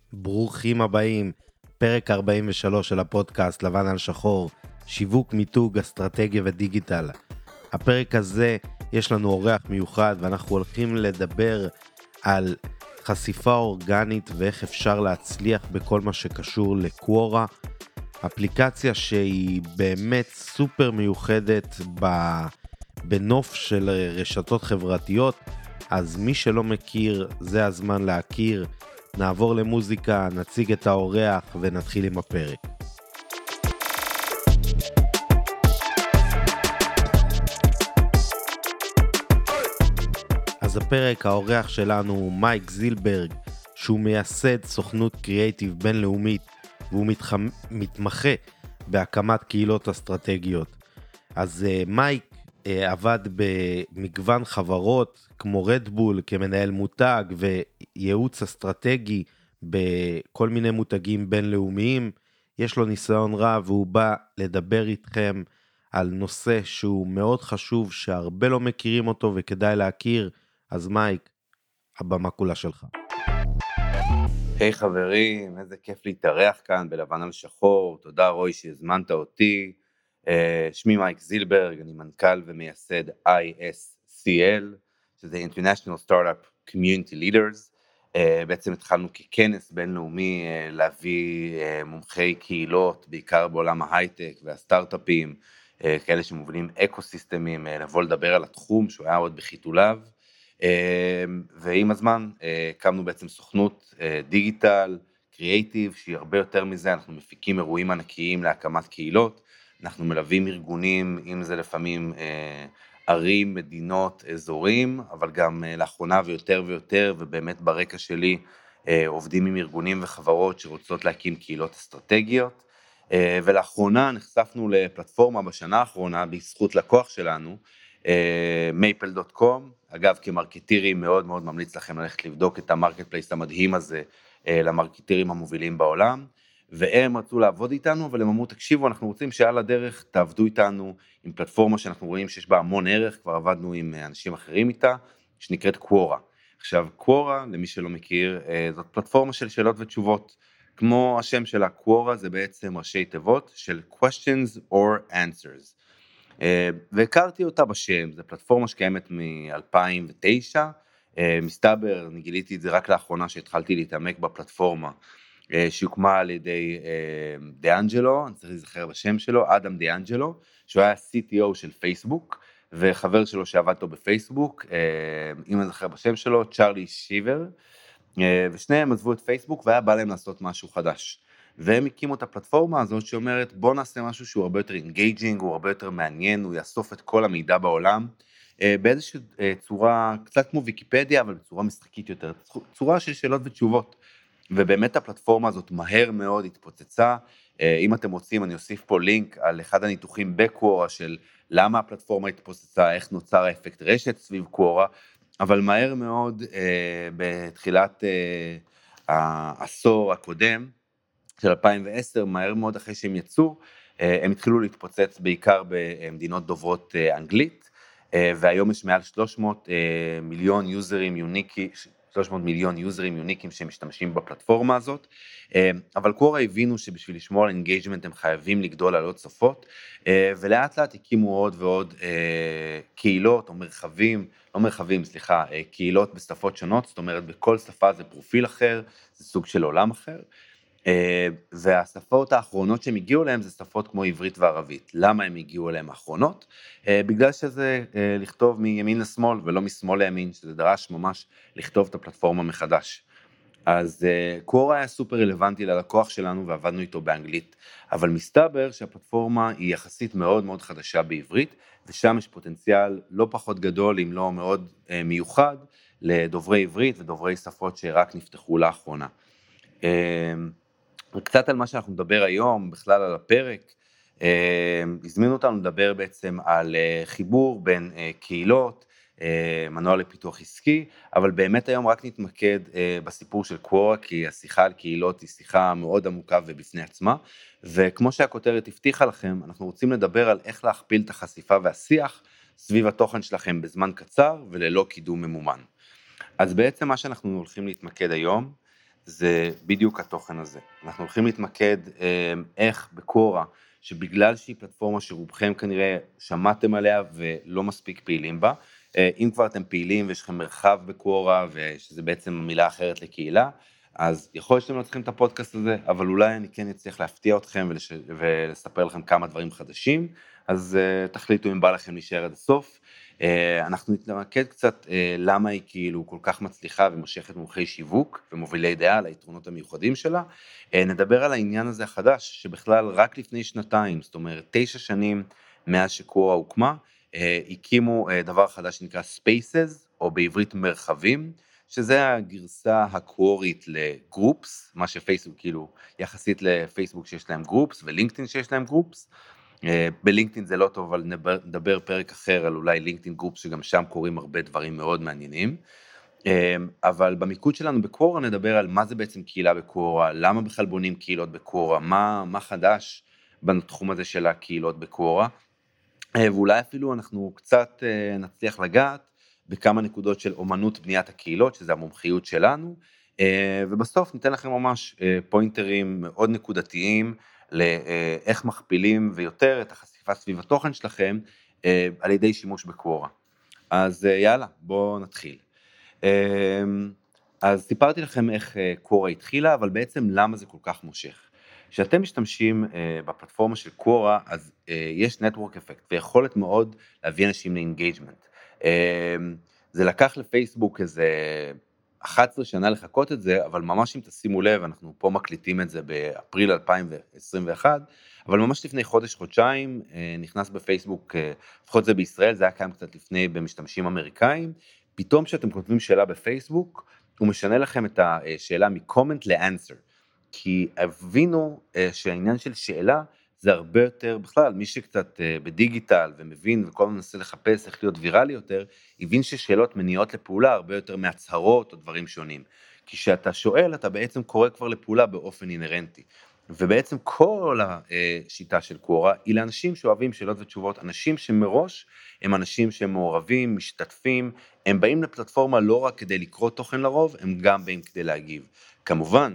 ברוכים הבאים, פרק 43 של הפודקאסט לבן על שחור, שיווק, מיתוג, אסטרטגיה ודיגיטל. הפרק הזה יש לנו אורח מיוחד ואנחנו הולכים לדבר על חשיפה אורגנית ואיך אפשר להצליח בכל מה שקשור לקוורה, אפליקציה שהיא באמת סופר מיוחדת בנוף של רשתות חברתיות, אז מי שלא מכיר זה הזמן להכיר. נעבור למוזיקה, נציג את האורח ונתחיל עם הפרק. אז הפרק, האורח שלנו הוא מייק זילברג, שהוא מייסד סוכנות קריאייטיב בינלאומית, והוא מתמחה בהקמת קהילות אסטרטגיות. אז מייק עבד במגוון חברות כמו רדבול כמנהל מותג וייעוץ אסטרטגי בכל מיני מותגים בינלאומיים. יש לו ניסיון רב והוא בא לדבר איתכם על נושא שהוא מאוד חשוב שהרבה לא מכירים אותו וכדאי להכיר. אז מייק, הבמה כולה שלך. היי חברים, איזה כיף להתארח כאן בלבן על שחור. תודה רוי שהזמנת אותי. שמי מייק זילברג, אני מנכ"ל ומייסד ISCL, שזה International Startup Community Leaders. בעצם התחלנו ככנס בינלאומי להביא מומחי קהילות, בעיקר בעולם ההייטק והסטארט-אפים, כאלה שמובילים אקוסיסטמים, לבוא לדבר על התחום שהוא היה עוד בחיתוליו. ועם הזמן הקמנו בעצם סוכנות דיגיטל, קריאייטיב, שהיא הרבה יותר מזה. אנחנו מפיקים אירועים ענקיים להקמת קהילות, אנחנו מלווים ארגונים, אם זה לפעמים ערים, מדינות, אזורים, אבל גם לאחרונה ויותר ויותר, ובאמת ברקע שלי עובדים עם ארגונים וחברות שרוצות להקים קהילות אסטרטגיות. ולאחרונה נחשפנו לפלטפורמה בשנה האחרונה, בזכות לקוח שלנו, maple.com. אגב, כמרקטירים מאוד מאוד ממליץ לכם ללכת לבדוק את המרקט פלייס המדהים הזה למרקטירים המובילים בעולם, והם רצו לעבוד איתנו, אבל הם אמרו, תקשיבו, אנחנו רוצים שעל הדרך תעבדו איתנו עם פלטפורמה שאנחנו רואים שיש בה המון ערך, כבר עבדנו עם אנשים אחרים איתה, שנקראת קוורה. עכשיו, קוורה, למי שלא מכיר, זאת פלטפורמה של שאלות ותשובות, כמו השם שלה. קוורה זה בעצם ראשי תיבות של questions or answers. והכרתי אותה בשם, זו פלטפורמה שקיימת מ-2009, מסתבר, אני גיליתי את זה רק לאחרונה שהתחלתי להתעמק בפלטפורמה, שהוקמה על ידי דיאנג'לו, אני צריך להיזכר בשם שלו, אדם דיאנג'לו, שהוא היה CTO של פייסבוק, וחבר שלו שעבד אותו בפייסבוק, אם אני זוכר בשם שלו, צ'רלי שיבר, ושניהם עזבו את פייסבוק והיה בא להם לעשות משהו חדש. והם הקימו את הפלטפורמה הזאת שאומרת, בוא נעשה משהו שהוא הרבה יותר אינגייג'ינג, הוא הרבה יותר מעניין, הוא יאסוף את כל המידע בעולם, באיזושהי צורה, קצת כמו ויקיפדיה, אבל בצורה משחקית יותר, צורה של שאלות ותשובות. ובאמת הפלטפורמה הזאת מהר מאוד התפוצצה. אם אתם רוצים, אני אוסיף פה לינק על אחד הניתוחים בקוורה של למה הפלטפורמה התפוצצה, איך נוצר האפקט רשת סביב קוורה, אבל מהר מאוד בתחילת העשור הקודם, של 2010, מהר מאוד אחרי שהם יצאו, הם התחילו להתפוצץ בעיקר במדינות דוברות אנגלית, והיום יש מעל 300 מיליון יוזרים יוניקים שמשתמשים בפלטפורמה הזאת, אבל קוורה הבינו שבשביל לשמור על אינגייג'מנט הם חייבים לגדול על עוד שפות, ולאט לאט הקימו עוד ועוד קהילות או קהילות בשפות שונות, זאת אומרת בכל שפה זה פרופיל אחר, זה סוג של עולם אחר, והשפות האחרונות שהם הגיעו להם זה שפות כמו עברית וערבית. למה הם הגיעו אליהם האחרונות? בגלל שזה לכתוב מימין לשמאל ולא משמאל לימין, שזה דרש ממש לכתוב את הפלטפורמה מחדש. אז קוורה היה סופר רלוונטי ללקוח שלנו ועבדנו איתו באנגלית, אבל מסתבר שהפלטפורמה היא יחסית מאוד מאוד חדשה בעברית, ושם יש פוטנציאל לא פחות גדול, אם לא מאוד מיוחד, לדוברי עברית ודוברי שפות שרק נפתחו לאחרונה. קצת על מה שאנחנו נדבר היום, בכלל על הפרק, הזמינו אותנו לדבר בעצם על חיבור בין קהילות, מנוע לפיתוח עסקי, אבל באמת היום רק נתמקד בסיפור של קוורה, כי השיחה על קהילות היא שיחה מאוד עמוקה ובפני עצמה, וכמו שהכותרת הבטיחה לכם, אנחנו רוצים לדבר על איך להכפיל את החשיפה והשיח סביב התוכן שלכם בזמן קצר וללא קידום ממומן. אז בעצם מה שאנחנו הולכים להתמקד היום, זה בדיוק התוכן הזה. אנחנו הולכים להתמקד איך בקורה, שבגלל שהיא פלטפורמה שרובכם כנראה שמעתם עליה ולא מספיק פעילים בה, אם כבר אתם פעילים ויש לכם מרחב בקורה, ושזה בעצם מילה אחרת לקהילה, אז יכול להיות שאתם לא צריכים את הפודקאסט הזה, אבל אולי אני כן אצליח להפתיע אתכם ולספר לכם כמה דברים חדשים, אז תחליטו אם בא לכם להישאר עד הסוף. אנחנו נתמקד קצת למה היא כאילו כל כך מצליחה ומושכת מומחי שיווק ומובילי דעה על היתרונות המיוחדים שלה. נדבר על העניין הזה החדש, שבכלל רק לפני שנתיים, זאת אומרת 9 שנים מאז שקורה הוקמה, הקימו דבר חדש שנקרא Spaces, או בעברית מרחבים, שזה הגרסה הקוורית לגרופס, מה שפייסבוק כאילו יחסית לפייסבוק שיש להם גרופס, ולינקדאין שיש להם גרופס. בלינקדאין זה לא טוב, אבל נדבר פרק אחר על אולי לינקדאין גרופס, שגם שם קורים הרבה דברים מאוד מעניינים. אבל במיקוד שלנו בקורה נדבר על מה זה בעצם קהילה בקורה, למה בכלל בונים קהילות בקורה, מה חדש בתחום הזה של הקהילות בקורה, ואולי אפילו אנחנו קצת נצליח לגעת בכמה נקודות של אומנות בניית הקהילות, שזה המומחיות שלנו, ובסוף ניתן לכם ממש פוינטרים מאוד נקודתיים, לאיך מכפילים ויותר את החשיפה סביב התוכן שלכם, על ידי שימוש בקורה. אז יאללה, בואו נתחיל. אז סיפרתי לכם איך קורה התחילה, אבל בעצם למה זה כל כך מושך. כשאתם משתמשים בפלטפורמה של קורה, אז יש נטוורק אפקט, ויכולת מאוד להביא אנשים לאינגייג'מנט. זה לקח לפייסבוק איזה 11 שנה לחכות את זה, אבל ממש אם תשימו לב, אנחנו פה מקליטים את זה באפריל 2021, אבל ממש לפני חודש-חודשיים נכנס בפייסבוק, לפחות זה בישראל, זה היה קיים קצת לפני במשתמשים אמריקאים, פתאום שאתם כותבים שאלה בפייסבוק, הוא משנה לכם את השאלה מקומנט לאנסר, כי הבינו שהעניין של שאלה זה הרבה יותר, בכלל מי שקצת בדיגיטל ומבין וכל הזמן מנסה לחפש איך להיות ויראלי יותר, הבין ששאלות מניעות לפעולה הרבה יותר מהצהרות או דברים שונים, כי כשאתה שואל אתה בעצם קורא כבר לפעולה באופן אינרנטי, ובעצם כל השיטה של קורה היא לאנשים שאוהבים שאלות ותשובות, אנשים שמראש הם אנשים שהם מעורבים, משתתפים, הם באים לפלטפורמה לא רק כדי לקרוא תוכן לרוב, הם גם באים כדי להגיב. כמובן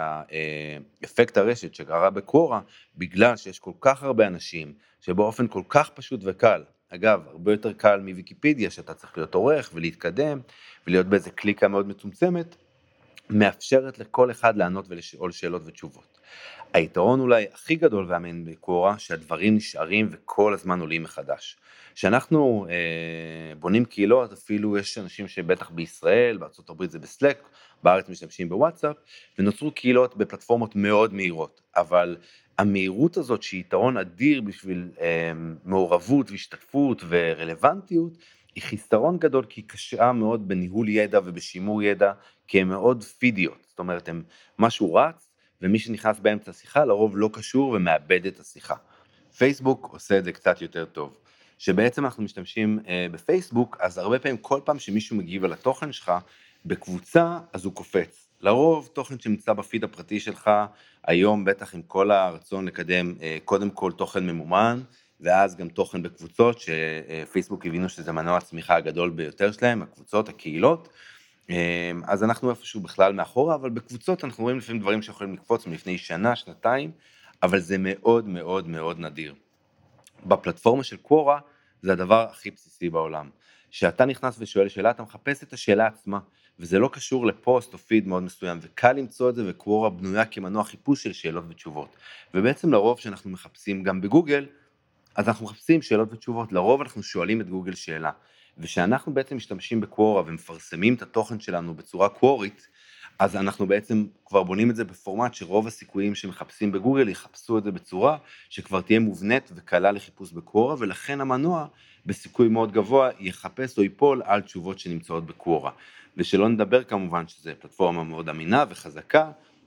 שהאפקט הרשת שקרה בקורה, בגלל שיש כל כך הרבה אנשים שבאופן כל כך פשוט וקל, אגב, הרבה יותר קל מוויקיפדיה שאתה צריך להיות עורך ולהתקדם ולהיות באיזה קליקה מאוד מצומצמת, מאפשרת לכל אחד לענות ולשאול שאלות ותשובות. היתרון אולי הכי גדול והמעניין בקורה, שהדברים נשארים וכל הזמן עולים מחדש. כשאנחנו בונים קהילות, אפילו יש אנשים שבטח בישראל, בארצות הברית זה בסלק, בארץ משתמשים בוואטסאפ, ונוצרו קהילות בפלטפורמות מאוד מהירות, אבל המהירות הזאת שהיא יתרון אדיר בשביל מעורבות והשתתפות ורלוונטיות, היא חיסרון גדול כי היא קשה מאוד בניהול ידע ובשימור ידע, כי הן מאוד פידיות, זאת אומרת, משהו רץ, ומי שנכנס באמצע השיחה לרוב לא קשור ומאבד את השיחה. פייסבוק עושה את זה קצת יותר טוב, שבעצם אנחנו משתמשים בפייסבוק, אז הרבה פעמים כל פעם שמישהו מגיב על התוכן שלך בקבוצה, אז הוא קופץ. לרוב תוכן שנמצא בפיד הפרטי שלך, היום בטח עם כל הרצון לקדם קודם כל תוכן ממומן, ואז גם תוכן בקבוצות, שפייסבוק הבינו שזה מנוע הצמיחה הגדול ביותר שלהם, הקבוצות, הקהילות, אז אנחנו איפשהו בכלל מאחורה, אבל בקבוצות אנחנו רואים לפעמים דברים שיכולים לקפוץ מלפני שנה, שנתיים, אבל זה מאוד מאוד מאוד נדיר. בפלטפורמה של קורה, זה הדבר הכי בסיסי בעולם. שאתה נכנס ושואל שאלה, אתה מחפש את השאלה עצמה, וזה לא קשור לפוסט או פיד מאוד מסוים, וקל למצוא את זה, וקורה בנויה כמנוע חיפוש של שאלות ותשובות. ובעצם לרוב שאנחנו מחפשים גם בגוגל, אז אנחנו מחפשים שאלות ותשובות, לרוב אנחנו שואלים את גוגל שאלה, ושאנחנו בעצם משתמשים בקורה ומפרסמים את התוכן שלנו בצורה קורית, אז אנחנו בעצם כבר בונים את זה בפורמט שרוב הסיכויים שמחפשים בגוגל יחפשו את זה בצורה שכבר תהיה מובנית וקלה לחיפוש בקורה, ולכן המנוע בסיכוי מאוד גבוה יחפש או ייפול על תשובות שנמצאות בקורה. ושלא נדבר כמובן שזה פלטפורמה מאוד אמינה וחזקה,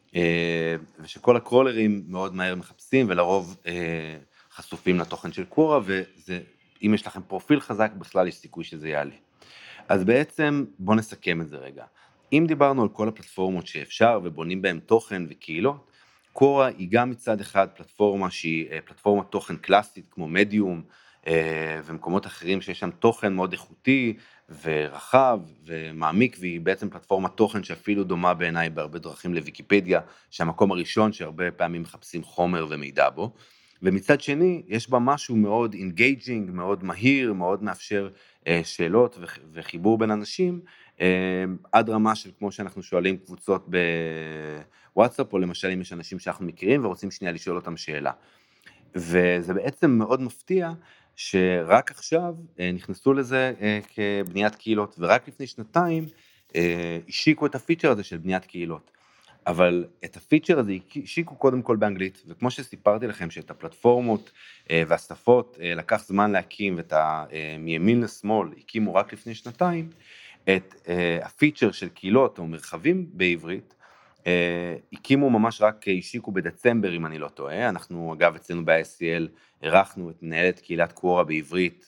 ושכל הקרולרים מאוד מהר מחפשים ולרוב חשופים לתוכן של קורה, ואם יש לכם פרופיל חזק בכלל יש סיכוי שזה יעלה. אז בעצם בואו נסכם את זה רגע. אם דיברנו על כל הפלטפורמות שאפשר ובונים בהם תוכן וקהילות, קורה היא גם מצד אחד פלטפורמה שהיא פלטפורמת תוכן קלאסית כמו מדיום, ומקומות אחרים שיש שם תוכן מאוד איכותי ורחב ומעמיק, והיא בעצם פלטפורמת תוכן שאפילו דומה בעיניי בהרבה דרכים לוויקיפדיה, שהמקום הראשון שהרבה פעמים מחפשים חומר ומידע בו. ומצד שני, יש בה משהו מאוד אינגייג'ינג, מאוד מהיר, מאוד מאפשר שאלות וחיבור בין אנשים, עד רמה של כמו שאנחנו שואלים קבוצות בוואטסאפ, או למשל אם יש אנשים שאנחנו מכירים ורוצים שנייה לשאול אותם שאלה. וזה בעצם מאוד מפתיע שרק עכשיו נכנסו לזה כבניית קהילות, ורק לפני שנתיים השיקו את הפיצ'ר הזה של בניית קהילות. אבל את הפיצ'ר הזה השיקו קודם כל באנגלית, וכמו שסיפרתי לכם שאת הפלטפורמות והשפות לקח זמן להקים, ואת מימין לשמאל הקימו רק לפני שנתיים, את הפיצ'ר של קהילות או מרחבים בעברית, הקימו ממש רק השיקו בדצמבר אם אני לא טועה. אנחנו אגב אצלנו ב-ISCL ערכנו את מנהלת קהילת קוורה בעברית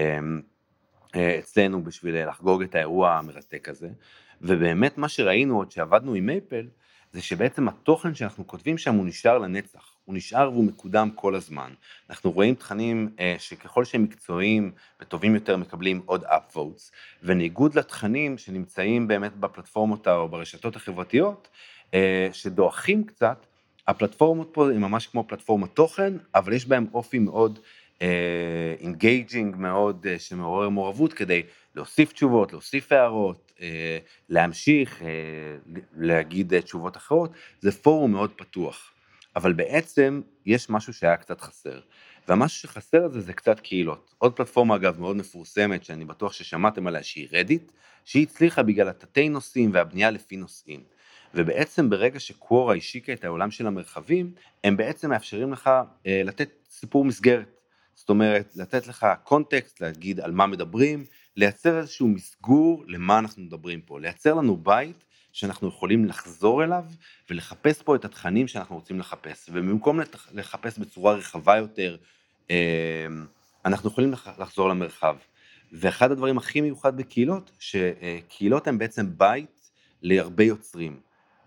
אצלנו בשביל לחגוג את האירוע המרתק הזה, ובאמת מה שראינו עוד שעבדנו עם מייפל, זה שבעצם התוכן שאנחנו כותבים שם הוא נשאר לנצח, הוא נשאר והוא מקודם כל הזמן. אנחנו רואים תכנים שככל שהם מקצועיים וטובים יותר מקבלים עוד upvotes, וניגוד לתכנים שנמצאים באמת בפלטפורמות או ברשתות החברתיות, שדועכים קצת, הפלטפורמות פה הן ממש כמו פלטפורמת תוכן, אבל יש בהם אופי מאוד אינגייג'ינג, מאוד שמעורר מעורבות, כדי להוסיף תשובות, להוסיף הערות, להמשיך, להגיד תשובות אחרות. זה פורום מאוד פתוח, אבל בעצם יש משהו שהיה קצת חסר, והמשהו שחסר הזה זה קצת קהילות. עוד פלטפורמה אגב מאוד מפורסמת, שאני בטוח ששמעתם עליה, שהיא רדיט, שהיא הצליחה בגלל התתי נושאים והבנייה לפי נושאים. ובעצם ברגע שקוורה השיקה את העולם של המרחבים, הם בעצם מאפשרים לך לתת סיפור מסגרת. זאת אומרת, לתת לך קונטקסט, להגיד על מה מדברים, לייצר איזשהו מסגור למה אנחנו מדברים פה, לייצר לנו בית שאנחנו יכולים לחזור אליו, ולחפש פה את התכנים שאנחנו רוצים לחפש, ובמקום לחפש בצורה רחבה יותר, אנחנו יכולים לחזור למרחב. ואחד הדברים הכי מיוחד בקהילות, שקהילות הן בעצם בית להרבה יוצרים,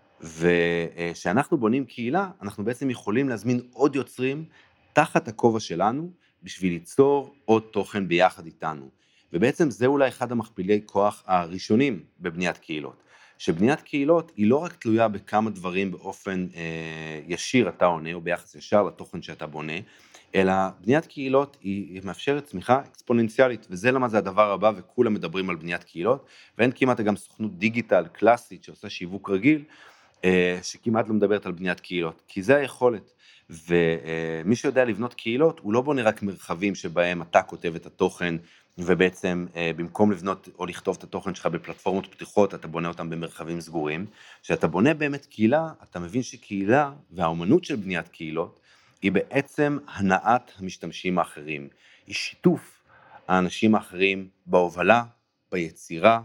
ושאנחנו בונים קהילה, אנחנו בעצם יכולים להזמין עוד יוצרים תחת הכובע שלנו, בשביל ליצור עוד תוכן ביחד איתנו. ובעצם זה אולי אחד המכפילי כוח הראשונים בבניית קהילות. שבניית קהילות היא לא רק תלויה בכמה דברים באופן ישיר אתה עונה, או ביחס ישר לתוכן שאתה בונה, אלא בניית קהילות היא מאפשרת צמיחה אקספוננציאלית, וזה למה זה הדבר הבא, וכולם מדברים על בניית קהילות, ואין כמעט גם סוכנות דיגיטל קלאסית שעושה שיווק רגיל, שכמעט לא מדברת על בניית קהילות, כי זה היכולת. ומי שיודע לבנות קהילות, הוא לא בונה רק מרחבים שבהם אתה כותב את התוכן, ובעצם במקום לבנות או לכתוב את התוכן שלך בפלטפורמות פתוחות, אתה בונה אותם במרחבים סגורים. כשאתה בונה באמת קהילה, אתה מבין שקהילה והאומנות של בניית קהילות, היא בעצם הנעת המשתמשים האחרים, היא שיתוף האנשים האחרים בהובלה, ביצירה,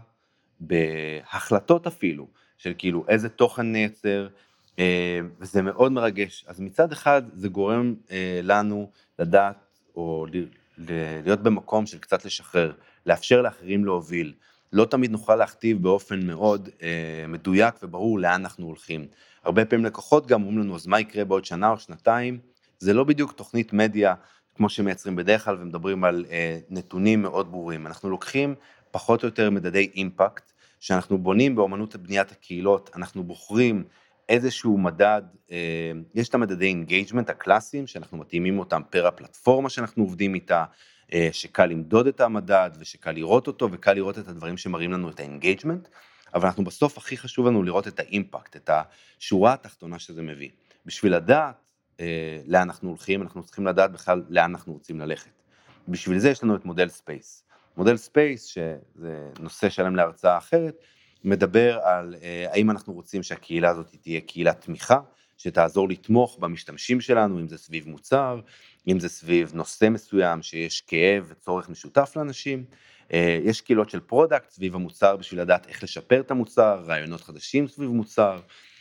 בהחלטות אפילו, של כאילו איזה תוכן נייצר, וזה מאוד מרגש. אז מצד אחד זה גורם לנו לדעת, או להיות במקום של קצת לשחרר, לאפשר לאחרים להוביל. לא תמיד נוכל להכתיב באופן מאוד מדויק וברור לאן אנחנו הולכים. הרבה פעמים לקוחות גם אומרים לנו, אז מה יקרה בעוד שנה או שנתיים? זה לא בדיוק תוכנית מדיה, כמו שמייצרים בדרך כלל, ומדברים על נתונים מאוד ברורים. אנחנו לוקחים פחות או יותר מדדי אימפקט, שאנחנו בונים באמנות בניית הקהילות, אנחנו בוחרים איזשהו מדד, יש את המדדי אינגייג'מנט הקלאסיים, שאנחנו מתאימים אותם פר הפלטפורמה שאנחנו עובדים איתה, שקל למדוד את המדד, ושקל לראות אותו, וקל לראות את הדברים שמראים לנו את האינגייג'מנט, אבל אנחנו בסוף הכי חשוב לנו לראות את האימפקט, את השורה התחתונה שזה מביא. בשביל לדעת לאן אנחנו הולכים, אנחנו צריכים לדעת בכלל לאן אנחנו רוצים ללכת. בשביל זה יש לנו את מודל ספייס. מודל ספייס, שזה נושא שלם להרצאה אחרת, מדבר על האם אנחנו רוצים שהקהילה הזאת תהיה קהילת תמיכה, שתעזור לתמוך במשתמשים שלנו, אם זה סביב מוצר, אם זה סביב נושא מסוים שיש כאב וצורך משותף לאנשים. יש קהילות של פרודקט סביב המוצר בשביל לדעת איך לשפר את המוצר, רעיונות חדשים סביב מוצר.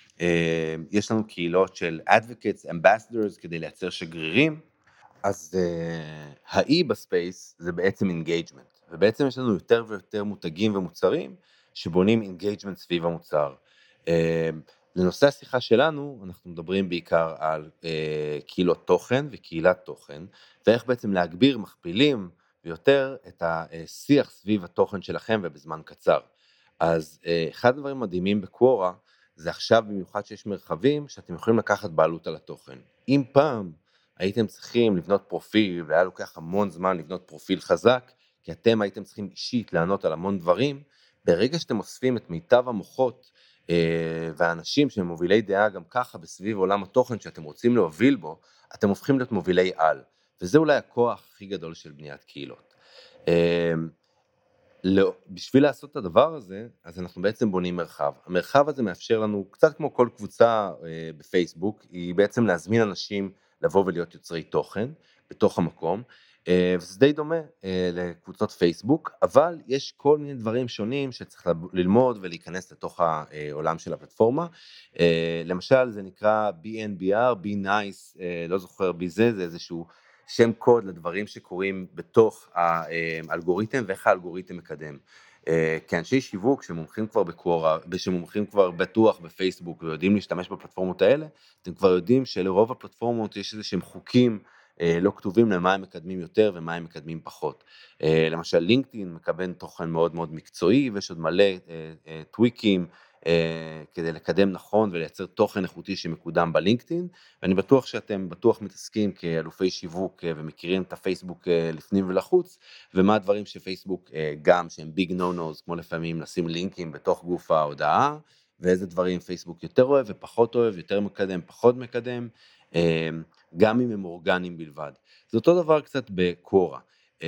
יש לנו קהילות של advocates, ambassadors, כדי לייצר שגרירים. אז ה-E בספייס זה בעצם engagement, ובעצם יש לנו יותר ויותר מותגים ומוצרים שבונים engagement סביב המוצר. לנושא השיחה שלנו, אנחנו מדברים בעיקר על קהילות תוכן וקהילת תוכן, ואיך בעצם להגביר, מכפילים ויותר את השיח סביב התוכן שלכם ובזמן קצר. אז אחד הדברים מדהימים בקוורה, זה עכשיו במיוחד שיש מרחבים שאתם יכולים לקחת בעלות על התוכן. אם פעם הייתם צריכים לבנות פרופיל, והיה לוקח המון זמן לבנות פרופיל חזק, כי אתם הייתם צריכים אישית לענות על המון דברים, ברגע שאתם אוספים את מיטב המוחות, והאנשים שהם מובילי דעה גם ככה בסביב עולם התוכן שאתם רוצים להוביל בו, אתם הופכים להיות מובילי על, וזה אולי הכוח הכי גדול של בניית קהילות. בשביל לעשות את הדבר הזה, אז אנחנו בעצם בונים מרחב. המרחב הזה מאפשר לנו, קצת כמו כל קבוצה בפייסבוק, היא בעצם להזמין אנשים לבוא ולהיות יוצרי תוכן בתוך המקום, וזה די דומה לקבוצות פייסבוק, אבל יש כל מיני דברים שונים שצריך ללמוד ולהיכנס לתוך העולם של הפלטפורמה. למשל זה נקרא BNBR, Be Nice, לא זוכר זה איזשהו שם קוד לדברים שקורים בתוך האלגוריתם ואיך האלגוריתם מקדם. כאנשי שיווק שמומחים כבר בקוורה, שמומחים כבר בטוח בפייסבוק ויודעים להשתמש בפלטפורמות האלה, אתם כבר יודעים שלרוב הפלטפורמות יש איזשהם חוקים לא כתובים למה הם מקדמים יותר ומה הם מקדמים פחות. למשל לינקדאין מקבל תוכן מאוד מאוד מקצועי, ויש עוד מלא טוויקים כדי לקדם נכון ולייצר תוכן איכותי שמקודם בלינקדאין, ואני בטוח שאתם מתעסקים כאלופי שיווק ומכירים את הפייסבוק לפנים ולחוץ, ומה הדברים שפייסבוק גם שהם ביג נו-נוס, כמו לפעמים לשים לינקים בתוך גוף ההודעה, ואיזה דברים פייסבוק יותר אוהב ופחות אוהב, יותר מקדם, פחות מקדם, גם אם הם אורגניים בלבד. זה אותו דבר קצת בקורה,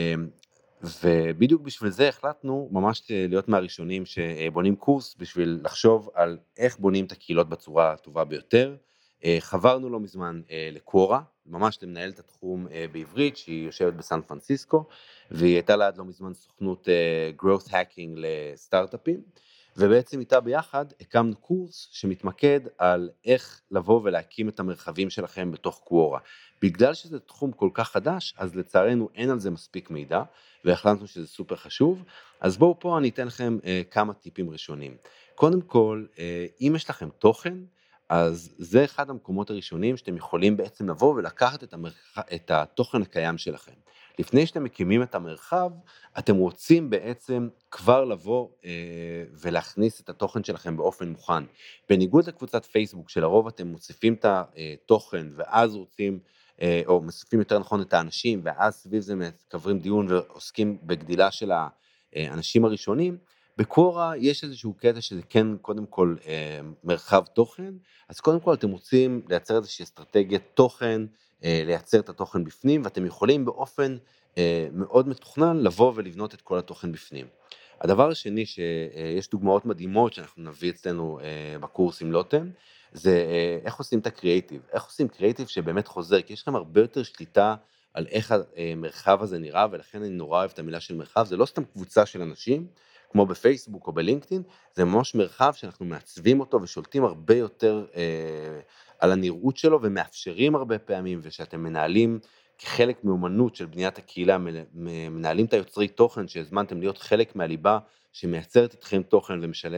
ובדיוק בשביל זה החלטנו ממש להיות מהראשונים שבונים קורס בשביל לחשוב על איך בונים את הקהילות בצורה הטובה ביותר. חברנו לא מזמן לקורה, ממש למנהל את התחום בעברית, שהיא יושבת בסן פרנסיסקו, והיא הייתה לה עד לא מזמן סוכנות growth hacking לסטארט-אפים, ובעצם איתה ביחד הקמנו קורס שמתמקד על איך לבוא ולהקים את המרחבים שלכם בתוך קוורה. בגלל שזה תחום כל כך חדש, אז לצערנו אין על זה מספיק מידע, והחלטנו שזה סופר חשוב. אז בואו פה אני אתן לכם כמה טיפים ראשונים. קודם כל, אם יש לכם תוכן, אז זה אחד המקומות הראשונים שאתם יכולים בעצם לבוא ולקחת את התוכן הקיים שלכם. לפני שאתם מקימים את המרחב, אתם רוצים בעצם כבר לבוא ולהכניס את התוכן שלכם באופן מוכן. בניגוד לקבוצת פייסבוק, שלרוב אתם מוסיפים את התוכן ואז רוצים, או מוסיפים יותר נכון את האנשים, ואז סביב זה מקברים דיון ועוסקים בגדילה של האנשים הראשונים, בקורה יש איזשהו קטע שזה כן קודם כל מרחב תוכן, אז קודם כל אתם רוצים לייצר איזושהי אסטרטגיית תוכן, לייצר את התוכן בפנים, ואתם יכולים באופן מאוד מתוכנן לבוא ולבנות את כל התוכן בפנים. הדבר השני שיש דוגמאות מדהימות שאנחנו נביא אצלנו בקורס עם לוטם, זה איך עושים את הקריאיטיב, איך עושים קריאיטיב שבאמת חוזר, כי יש לכם הרבה יותר שליטה על איך המרחב הזה נראה, ולכן אני נורא אוהב את המילה של מרחב, זה לא סתם קבוצה של אנשים, כמו בפייסבוק או בלינקדאין, זה ממש מרחב שאנחנו מעצבים אותו ושולטים הרבה יותר על הנראות שלו, ומאפשרים הרבה פעמים, ושאתם מנהלים כחלק מאומנות של בניית הקהילה, מנהלים את היוצרי תוכן שהזמנתם להיות חלק מהליבה שמייצרת אתכם תוכן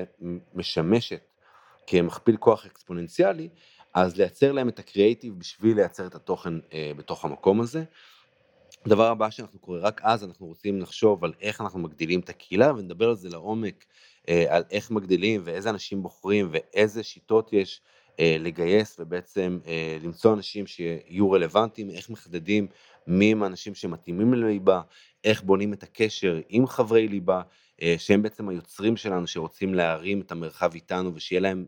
ומשמשת כמכפיל כוח אקספוננציאלי, אז לייצר להם את הקריאיטיב בשביל לייצר את התוכן בתוך המקום הזה. הדבר הבא שאנחנו קוראים, רק אז אנחנו רוצים לחשוב על איך אנחנו מגדילים את הקהילה, ונדבר על זה לעומק, על איך מגדילים ואיזה אנשים בוחרים ואיזה שיטות יש לגייס, ובעצם למצוא אנשים שיהיו רלוונטיים, איך מחדדים מי הם האנשים שמתאימים לליבה, איך בונים את הקשר עם חברי ליבה, שהם בעצם היוצרים שלנו שרוצים להרים את המרחב איתנו, ושיהיה להם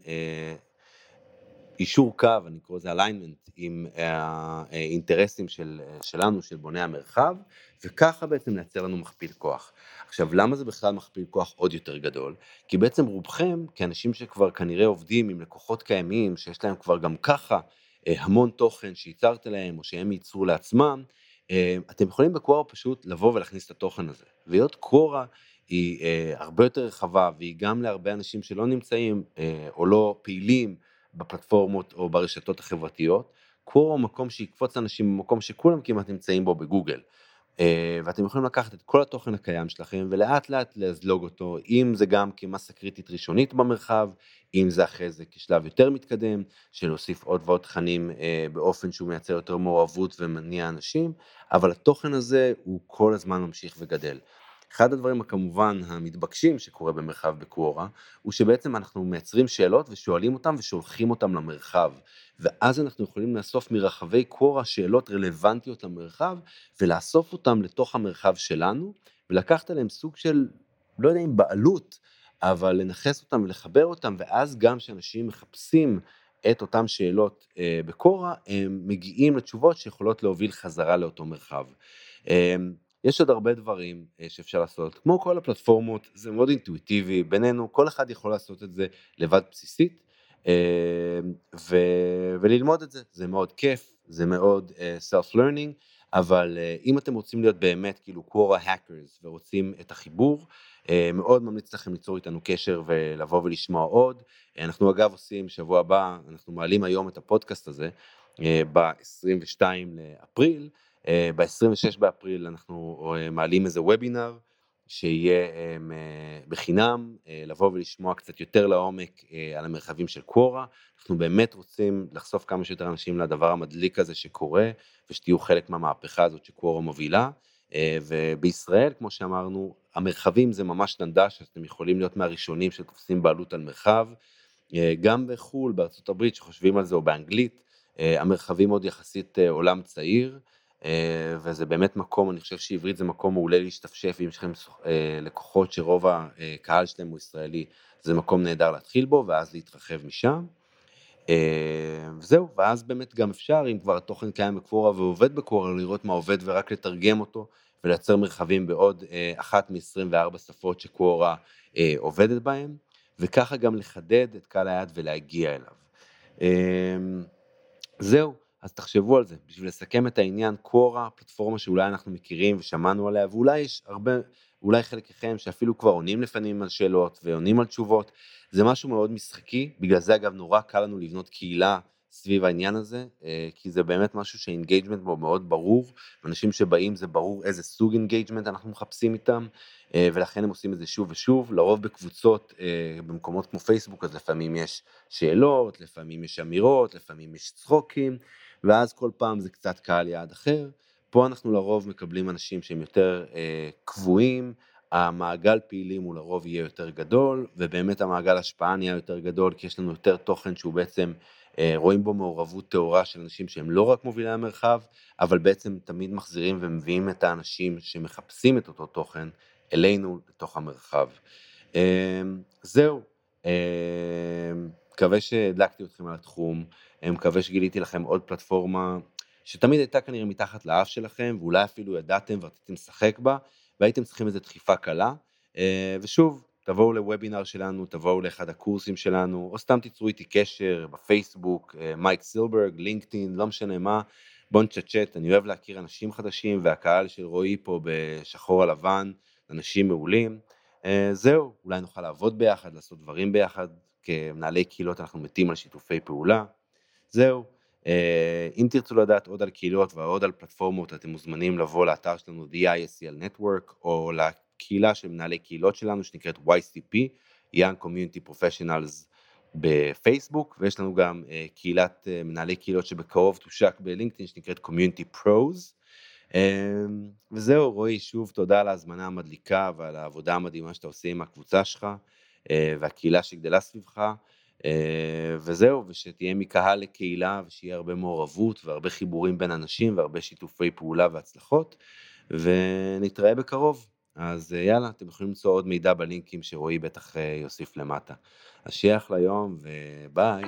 אישור קו, אני קורא לזה alignment, עם האינטרסים שלנו, של בוני המרחב, וככה בעצם לייצר לנו מכפיל כוח. עכשיו, למה זה בכלל מכפיל כוח עוד יותר גדול? כי בעצם רובכם, כאנשים שכבר כנראה עובדים עם לקוחות קיימים, שיש להם כבר גם ככה המון תוכן שייצרת להם, או שהם ייצרו לעצמם, אתם יכולים בקורה פשוט לבוא ולהכניס את התוכן הזה. והיות קורה היא הרבה יותר רחבה, והיא גם להרבה אנשים שלא נמצאים, או לא פעילים, בפלטפורמות או ברשתות החברתיות, קורה מקום שיקפוץ אנשים במקום שכולם כמעט נמצאים בו בגוגל. ואתם יכולים לקחת את כל התוכן הקיים שלכם ולאט לאט להזלוג אותו, אם זה גם כמסה קריטית ראשונית במרחב, אם זה אחרי זה כשלב יותר מתקדם, של להוסיף עוד ועוד תכנים באופן שהוא מייצר יותר מעורבות ומניע אנשים, אבל התוכן הזה הוא כל הזמן ממשיך וגדל. אחד הדברים כמובן המתבקשים שקורה במרחב בקוורה, הוא שבעצם אנחנו מייצרים שאלות ושואלים אותם ושולחים אותם למרחב, ואז אנחנו יכולים לאסוף מרחבי קוורה שאלות רלוונטיות למרחב, ולאסוף אותם לתוך המרחב שלנו, ולקחת עליהם סוג של, לא יודע אם בעלות, אבל לנחס אותם ולחבר אותם, ואז גם שאנשים מחפשים את אותם שאלות בקורה, הם מגיעים לתשובות שיכולות להוביל חזרה לאותו מרחב. יש עוד הרבה דברים שאפשר לעשות, כמו כל הפלטפורמות, זה מאוד אינטואיטיבי, בינינו כל אחד יכול לעשות את זה לבד בסיסית, וללמוד את זה, זה מאוד כיף, זה מאוד self-learning, אבל אם אתם רוצים להיות באמת כאילו קוורה hackers ורוצים את החיבור, מאוד ממליץ לכם ליצור איתנו קשר ולבוא ולשמוע עוד. אנחנו אגב עושים שבוע הבא, אנחנו מעלים היום את הפודקאסט הזה, ב-22 לאפריל, ב-26 באפריל אנחנו מעלים איזה וובינר, שיהיה בחינם, לבוא ולשמוע קצת יותר לעומק על המרחבים של קוורה. אנחנו באמת רוצים לחשוף כמה שיותר אנשים לדבר המדליק הזה שקורה, ושתהיו חלק מהמהפכה הזאת שקוורה מובילה, ובישראל, כמו שאמרנו, המרחבים זה ממש נדש, אז אתם יכולים להיות מהראשונים שתופסים בעלות על מרחב, גם בחול, בארצות הברית, שחושבים על זה, או באנגלית, המרחבים עוד יחסית עולם צעיר, וזה באמת מקום, אני חושב שעברית זה מקום מעולה להשתפשף, אם יש לכם לקוחות שרוב הקהל שלהם הוא ישראלי, זה מקום נהדר להתחיל בו, ואז להתרחב משם. וזהו, ואז באמת גם אפשר, אם כבר התוכן קיים בקוורה ועובד בקוורה, לראות מה עובד ורק לתרגם אותו, ולייצר מרחבים בעוד אחת מ-24 שפות שקוורה עובדת בהם, וככה גם לחדד את קהל היעד ולהגיע אליו. זהו, אז תחשבו על זה, בשביל לסכם את העניין, קוורה, פלטפורמה שאולי אנחנו מכירים ושמענו עליה, ואולי יש הרבה, אולי חלקכם שאפילו כבר עונים לפנים על שאלות ועונים על תשובות, זה משהו מאוד משחקי, בגלל זה אגב נורא קל לנו לבנות קהילה סביב העניין הזה, כי זה באמת משהו שהאינגייג'מנט בו מאוד ברור, אנשים שבאים זה ברור איזה סוג אינגייג'מנט אנחנו מחפשים איתם, ולכן הם עושים את זה שוב ושוב, לרוב בקבוצות, במקומות כמו פייסבוק, אז לפעמים יש שאלות, לפעמים יש אמירות, לפעמים יש צחוקים, ואז כל פעם זה קצת קהל יעד אחר. פה אנחנו לרוב מקבלים אנשים שהם יותר קבועים, המעגל פעילים הוא לרוב יהיה יותר גדול, ובאמת המעגל השפעה נהיה יותר גדול, כי יש לנו יותר תוכן שהוא בעצם, רואים בו מעורבות תאורה של אנשים שהם לא רק מובילי המרחב, אבל בעצם תמיד מחזירים ומביאים את האנשים שמחפשים את אותו תוכן אלינו לתוך המרחב. זהו, מקווה שהדלקתי אתכם על התחום, מקווה שגיליתי לכם עוד פלטפורמה שתמיד הייתה כנראה מתחת לאף שלכם, ואולי אפילו ידעתם ורציתם לשחק בה, והייתם צריכים איזו דחיפה קלה, ושוב, תבואו לוובינר שלנו, תבואו לאחד הקורסים שלנו, או סתם תיצרו איתי קשר בפייסבוק, מייק סילברג, לינקדאין, לא משנה מה, בוא נצ'ט, אני אוהב להכיר אנשים חדשים, והקהל של רועי פה בשחור על לבן, אנשים מעולים. זהו, אולי נוכל לעבוד ביחד, לעשות דברים ביחד, כמנהלי קהילות אנחנו מתים על שיתופי פעולה. זהו, אם תרצו לדעת עוד על קהילות ועוד על פלטפורמות, אתם מוזמנים לבוא לאתר שלנו The ISCL Network, או לקהילה של מנהלי קהילות שלנו שנקראת YCP, Young Community Professionals בפייסבוק, ויש לנו גם קהילת מנהלי קהילות שבקרוב תושק בלינקדאין שנקראת Community Pros. וזהו, רועי, שוב תודה על ההזמנה המדליקה ועל העבודה המדהימה שאתה עושה עם הקבוצה שלך והקהילה שגדלה סביבך, וזהו, ושתהיה מקהל לקהילה ושיהיה הרבה מעורבות והרבה חיבורים בין אנשים והרבה שיתופי פעולה והצלחות, ונתראה בקרוב. אז יאללה, אתם יכולים למצוא עוד מידע בלינקים שרועי בטח יוסיף למטה. אז שיהיה אחלה יום וביי.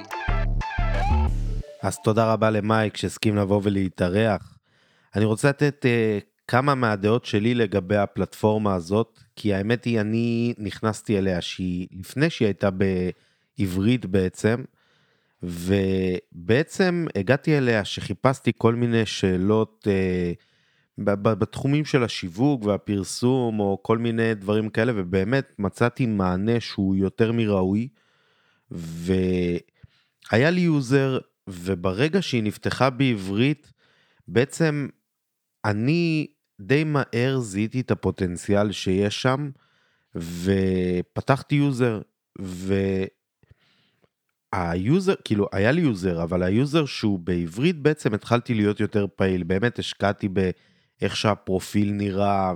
אז תודה רבה למייק שהסכים לבוא ולהתארח. אני רוצה לתת כמה מהדעות שלי לגבי הפלטפורמה הזאת, כי האמת היא, אני נכנסתי אליה לפני שהיא הייתה בעברית בעצם, ובעצם הגעתי אליה שחיפשתי כל מיני שאלות בתחומים של השיווק והפרסום, או כל מיני דברים כאלה, ובאמת מצאתי מענה שהוא יותר מראוי, והיה לי יוזר, וברגע שהיא נפתחה בעברית, בעצם אני די מהר זיהיתי את הפוטנציאל שיש שם, ופתחתי יוזר, והיוזר, כאילו היה לי יוזר, אבל היוזר שהוא בעברית בעצם התחלתי להיות יותר פעיל, באמת השקעתי באיך שהפרופיל נראה,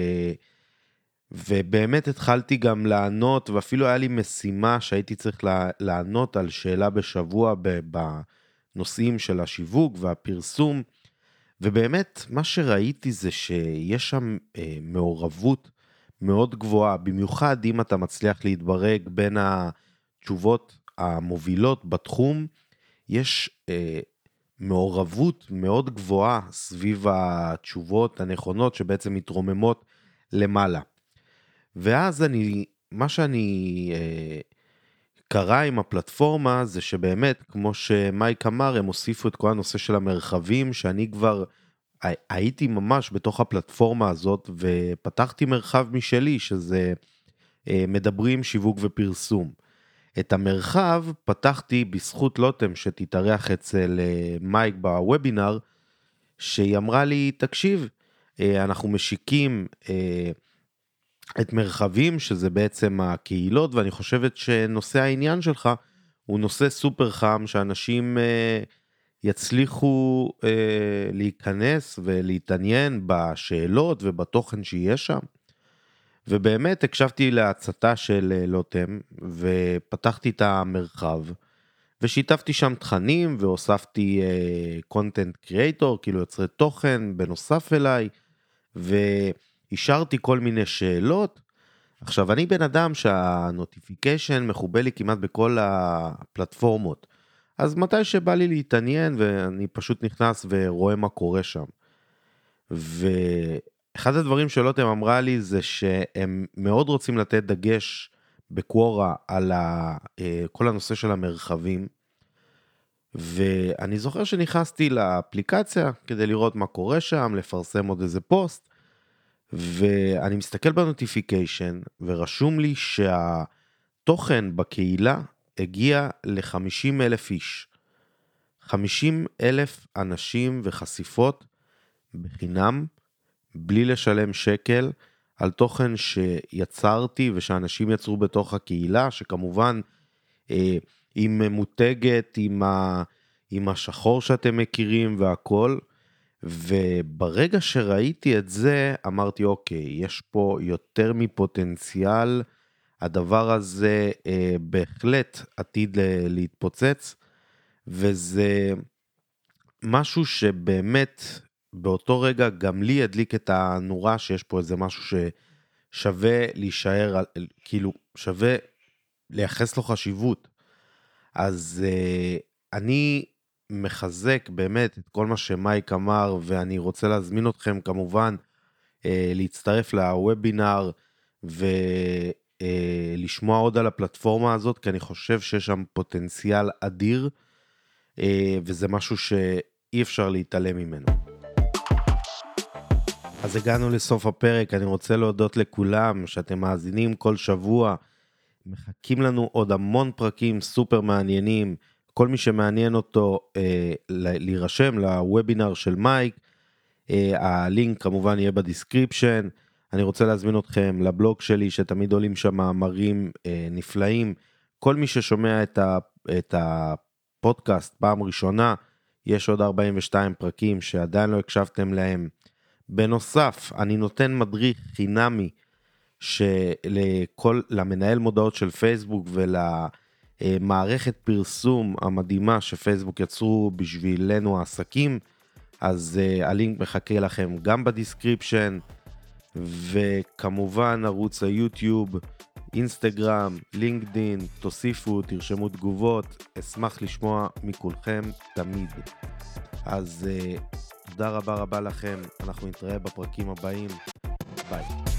ובאמת התחלתי גם לענות, ואפילו היה לי משימה שהייתי צריך לענות על שאלה בשבוע בנושאים של השיווק והפרסום, ובאמת מה שראיתי זה שיש שם מעורבות מאוד גבוהה, במיוחד אם אתה מצליח להתברג בין התשובות המובילות בתחום, יש מעורבות מאוד גבוהה סביב התשובות הנכונות שבעצם מתרוממות למעלה. ואז מה שאני קרה עם הפלטפורמה זה שבאמת, כמו שמייק אמר, הם הוסיפו את כל הנושא של המרחבים, שאני כבר הייתי ממש בתוך הפלטפורמה הזאת, ופתחתי מרחב משלי, שזה מדברים, שיווק ופרסום. את המרחב פתחתי בזכות לוטם שתתארח אצל מייק בוובינר, שהיא אמרה לי, תקשיב, אנחנו משיקים את מרחבים, שזה בעצם הקהילות, ואני חושבת שנושא העניין שלך הוא נושא סופר חם, שאנשים יצליחו להיכנס ולהתעניין בשאלות ובתוכן שיש שם. ובאמת הקשבתי להצתה של לוטם, ופתחתי את המרחב, ושיתפתי שם תכנים, והוספתי content creator, כאילו יוצרי תוכן בנוסף אליי, והשארתי כל מיני שאלות. עכשיו, אני בן אדם שהנוטיפיקיישן מחובל לי כמעט בכל הפלטפורמות, אז מתי שבא לי להתעניין, ואני פשוט נכנס ורואה מה קורה שם. ואחד הדברים שלוטם אמרה לי, זה שהם מאוד רוצים לתת דגש בקוורה על כל הנושא של המרחבים, ואני זוכר שנכנסתי לאפליקציה כדי לראות מה קורה שם, לפרסם עוד איזה פוסט, ואני מסתכל בנוטיפיקיישן, ורשום לי שהתוכן בקהילה הגיע ל-50,000 איש. 50,000 אנשים וחשיפות בחינם, בלי לשלם שקל, על תוכן שיצרתי ושאנשים יצרו בתוך הקהילה, שכמובן היא ממותגת עם השחור שאתם מכירים והכל, וברגע שראיתי את זה, אמרתי, אוקיי, יש פה יותר מפוטנציאל, הדבר הזה בהחלט עתיד להתפוצץ, וזה משהו שבאמת באותו רגע גם לי הדליק את הנורה, שיש פה איזה משהו ששווה להישאר, כאילו שווה לייחס לו חשיבות. אז אני מחזק באמת את כל מה שמייק אמר, ואני רוצה להזמין אתכם כמובן להצטרף לוובינר ולשמוע עוד על הפלטפורמה הזאת, כי אני חושב שיש שם פוטנציאל אדיר, וזה משהו שאי אפשר להתעלם ממנו. אז הגענו לסוף הפרק, אני רוצה להודות לכולם שאתם מאזינים כל שבוע, מחכים לנו עוד המון פרקים סופר מעניינים, כל מי שמעניין אותו להירשם לוובינר של מייק, הלינק כמובן יהיה בדיסקריפשן, אני רוצה להזמין אתכם לבלוג שלי שתמיד עולים שם מאמרים נפלאים, כל מי ששומע את הפודקאסט פעם ראשונה, יש עוד 42 פרקים שעדיין לא הקשבתם להם, בנוסף אני נותן מדריך חינמי, למנהל מודעות של פייסבוק ולמערכת פרסום המדהימה שפייסבוק יצרו בשבילנו העסקים, אז הלינק מחכה לכם גם בדיסקריפשן, וכמובן ערוץ היוטיוב, אינסטגרם, לינקדין, תוסיפו, תרשמו תגובות, אשמח לשמוע מכולכם תמיד. אז תודה רבה לכם, אנחנו נתראה בפרקים הבאים, ביי.